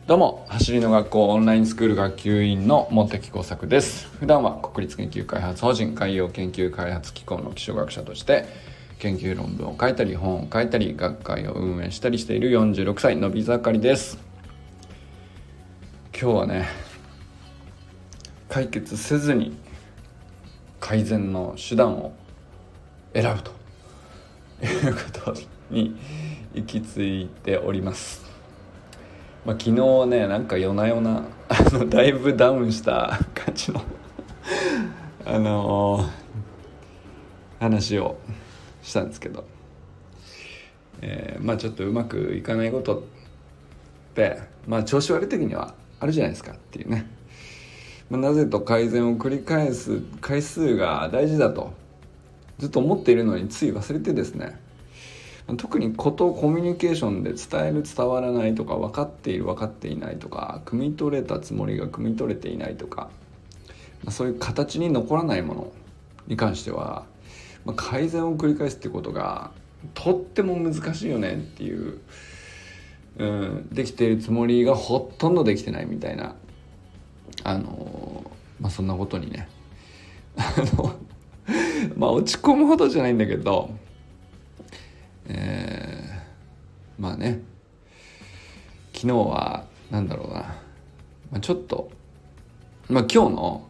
どうも、走りの学校オンラインスクール学級委員の茂木耕作です。普段は国立研究開発法人海洋研究開発機構の気象学者として研究論文を書いたり本を書いたり学会を運営したりしている46歳のび盛りです。今日はね、解決せずに改善の手段を選ぶということに行き着いております。昨日ね、なんか夜な夜なだいぶダウンした感じの話をしたんですけど、ちょっとうまくいかないことって調子悪い時にはあるじゃないですかっていうね、なぜと改善を繰り返す回数が大事だとずっと思っているのについ忘れてですね、特にことコミュニケーションで伝える伝わらないとか、分かっている分かっていないとか、汲み取れたつもりが汲み取れていないとか、そういう形に残らないものに関しては、改善を繰り返すっていうことがとっても難しいよねっていう、できているつもりがほとんどできてないみたいな、そんなことにね落ち込むほどじゃないんだけど、昨日はちょっと今日の、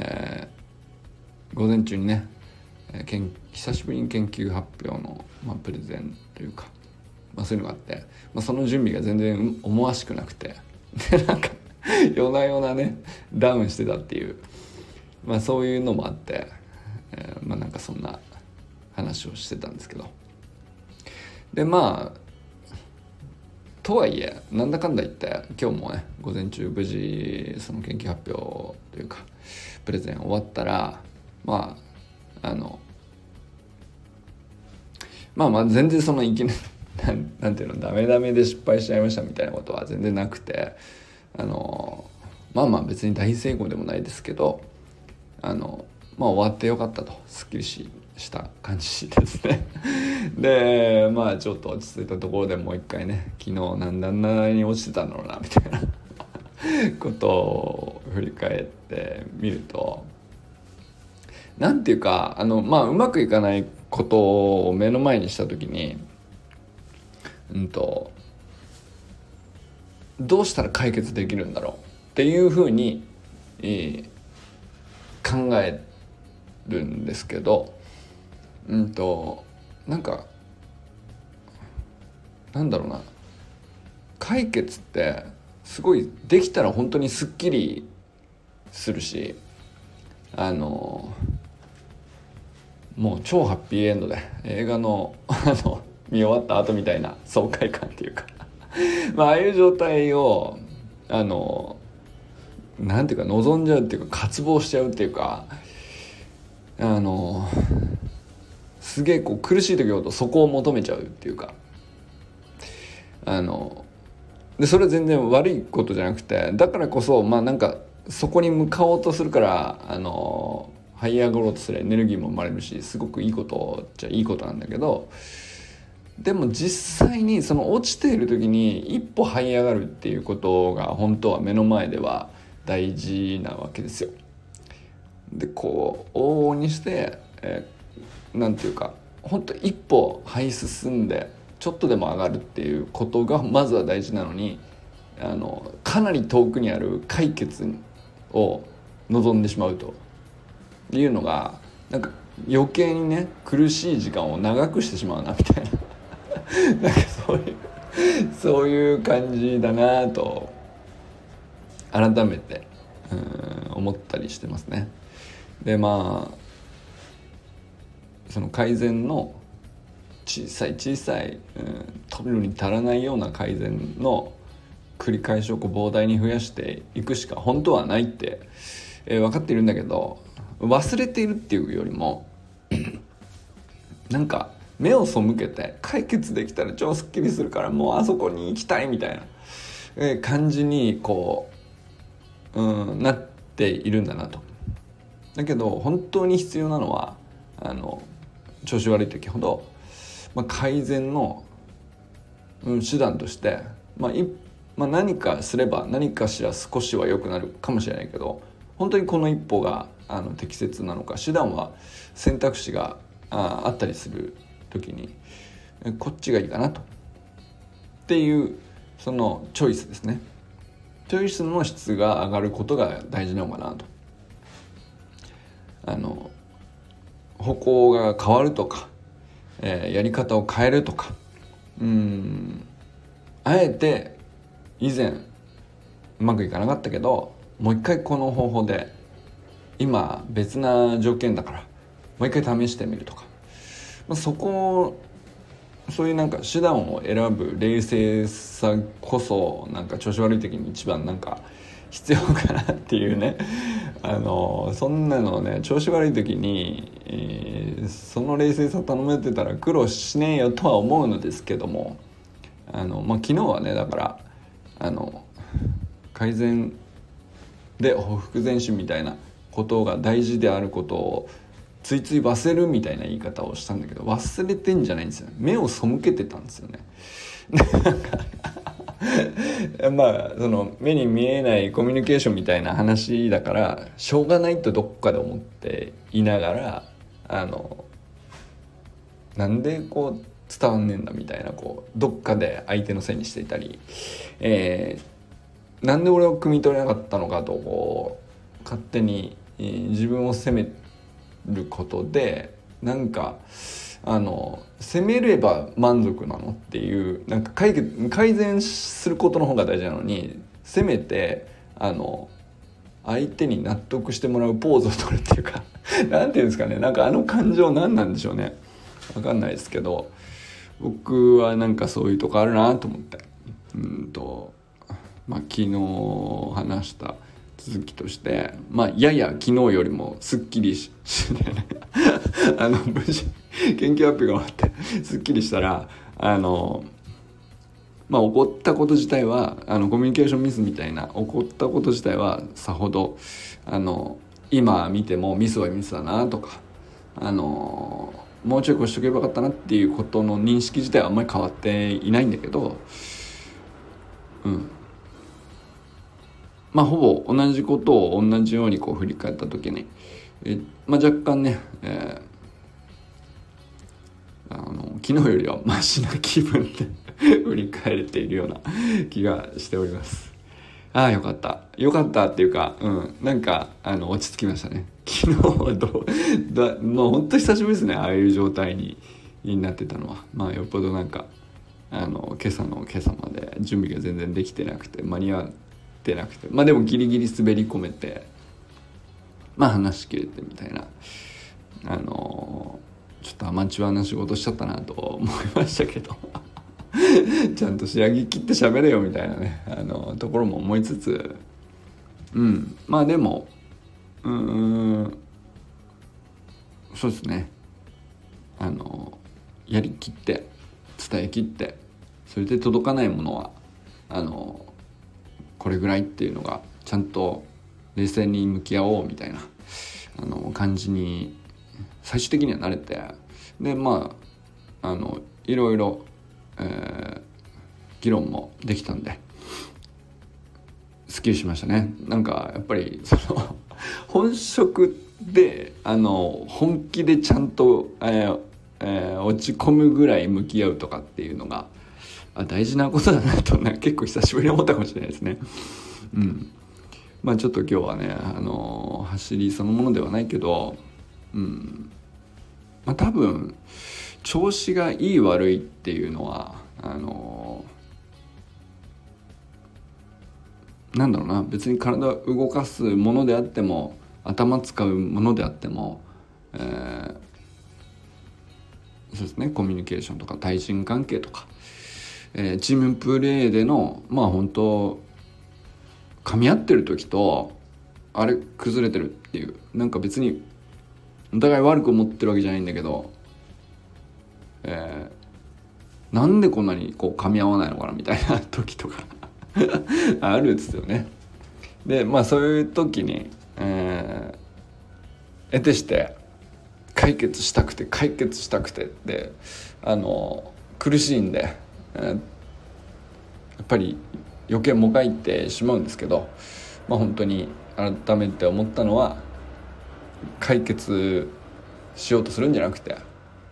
午前中にね、久しぶりに研究発表の、プレゼンというか、そういうのがあって、その準備が全然思わしくなくてで夜な夜なねダウンしてたっていう、そういうのもあって、そんな話をしてたんですけど、でとはいえなんだかんだ言って今日もね午前中無事その研究発表というかプレゼン終わったら全然そのいきなりなんていうのダメで失敗しちゃいましたみたいなことは全然なくて、別に大成功でもないですけど終わってよかったと、すっきりした感じですねでちょっと落ち着いたところでもう一回ね、昨日なんであんなに落ちてたんだろうなみたいなことを振り返ってみると、なんていうかうまくいかないことを目の前にした時にどうしたら解決できるんだろうっていうふうに、考えるんですけど、解決ってすごいできたら本当にすっきりするし、もう超ハッピーエンドで映画の見終わった後みたいな爽快感っていうかああいう状態をなんていうか望んじゃうっていうか渇望しちゃうっていうか、すげえ苦しい時ほどそこを求めちゃうっていうか、でそれは全然悪いことじゃなくて、だからこそそこに向かおうとするから這い上がろうとするエネルギーも生まれるし、すごくいいことじゃいいことなんだけど、でも実際にその落ちている時に一歩這い上がるっていうことが本当は目の前では大事なわけですよ。で往々にして、なんていうか本当一歩這い進んでちょっとでも上がるっていうことがまずは大事なのに、かなり遠くにある解決を望んでしまうというのが余計にね苦しい時間を長くしてしまうなみたいなそういう感じだなと改めて思ったりしてますね。でその改善の小さい、取るに足らないような改善の繰り返しを膨大に増やしていくしか本当はないって、分かっているんだけど、忘れているっていうよりも目を背けて解決できたら超スッキリするからもうあそこに行きたいみたいな感じになっているんだなと。だけど本当に必要なのは調子悪い時ほど、改善の手段として、一何かすれば何かしら少しは良くなるかもしれないけど、本当にこの一歩が適切なのか、手段は選択肢があったりする時にこっちがいいかなとっていうそのチョイスですね。チョイスの質が上がることが大事なのかなと。方向が変わるとか、やり方を変えるとか、あえて以前うまくいかなかったけどもう一回この方法で今別な条件だからもう一回試してみるとか、そういうなんか手段を選ぶ冷静さこそなんか調子悪い時に一番なんか必要かなっていうねそんなのね、調子悪い時に、その冷静さ頼めてたら苦労しねえよとは思うのですけども、昨日はねだから改善でほふ前進みたいなことが大事であることをついつい忘れるみたいな言い方をしたんだけど、忘れてんじゃないんですよ。目を背けてたんですよね。その目に見えないコミュニケーションみたいな話だからしょうがないとどっかで思っていながらなんでこう伝わんねえんだみたいなどっかで相手のせいにしていたり、なんで俺を汲み取れなかったのかと勝手に、自分を責めることでなんか責めれば満足なのっていうなんか改善することの方が大事なのに責めて相手に納得してもらうポーズを取るっていうかなんていうんですかね、なんか感情何なんでしょうね、分かんないですけど僕はなんかそういうとこあるなと思って昨日話した続きとしてやや昨日よりもすっきりしてね無事研究発表が終わってすっきりしたら起こったこと自体はコミュニケーションミスみたいな起こったこと自体はさほど今見てもミスはミスだなとかもうちょいこうしとけばよかったなっていうことの認識自体はあんまり変わっていないんだけどほぼ同じことを同じように振り返った時に、若干ね、昨日よりはマシな気分で振り返れているような気がしております。よかったっていうか、なんか落ち着きましたね。昨日はもう本当久しぶりですね、ああいう状態になってたのは。よっぽどなんか今朝の今朝まで準備が全然できてなくて間に合ってなくてでもギリギリ滑り込めて話し切れてみたいなちょっとアマチュアな仕事しちゃったなと思いましたけどちゃんと仕上げ切って喋れよみたいなねところも思いつつでもそうですねやりきって伝えきってそれで届かないものはこれぐらいっていうのがちゃんと冷静に向き合おうみたいな感じに最終的には慣れてでいろいろ、議論もできたんですっきりしましたね。なんかやっぱりその本職で本気でちゃんと、落ち込むぐらい向き合うとかっていうのが大事なことだなと結構久しぶりに思ったかもしれないですね。ちょっと今日はね走りそのものではないけど多分調子がいい悪いっていうのはなんだろうな、別に体を動かすものであっても頭使うものであっても、そうですね、コミュニケーションとか対人関係とか、チームプレーでの本当噛み合ってる時とあれ崩れてるっていう、なんか別にお互い悪く思ってるわけじゃないんだけど、なんでこんなに噛み合わないのかなみたいな時とかあるんですよね。でそういう時に、得てして解決したくてって苦しいんで、やっぱり余計もがいてしまうんですけど、本当に改めて思ったのは、解決しようとするんじゃなくて、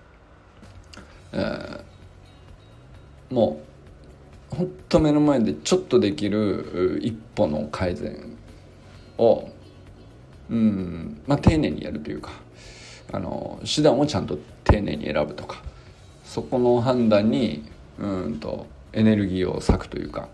もう本当目の前でちょっとできる一歩の改善を丁寧にやるというか、手段をちゃんと丁寧に選ぶとか、そこの判断にエネルギーを割くというか、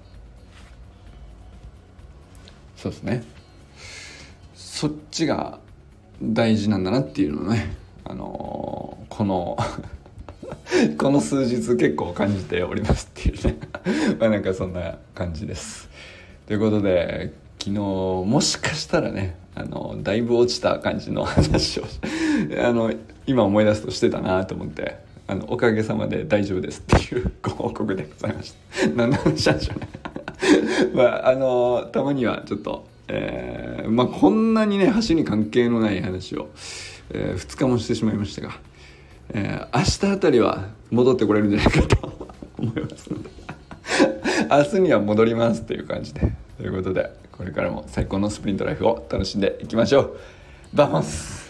そうですね、そっちが大事なんだなっていうのをね、このこの数日結構感じておりますっていうねなんかそんな感じです。ということで、昨日もしかしたらね、だいぶ落ちた感じの話を今思い出すとしてたなと思って、おかげさまで大丈夫ですっていうご報告でございました。何の話なんでしょうねたまにはちょっと、こんなにね橋に関係のない話を、2日もしてしまいましたが、明日あたりは戻ってこれるんじゃないかと思いますので明日には戻りますっていう感じで、ということでこれからも最高のスプリントライフを楽しんでいきましょう。バモス。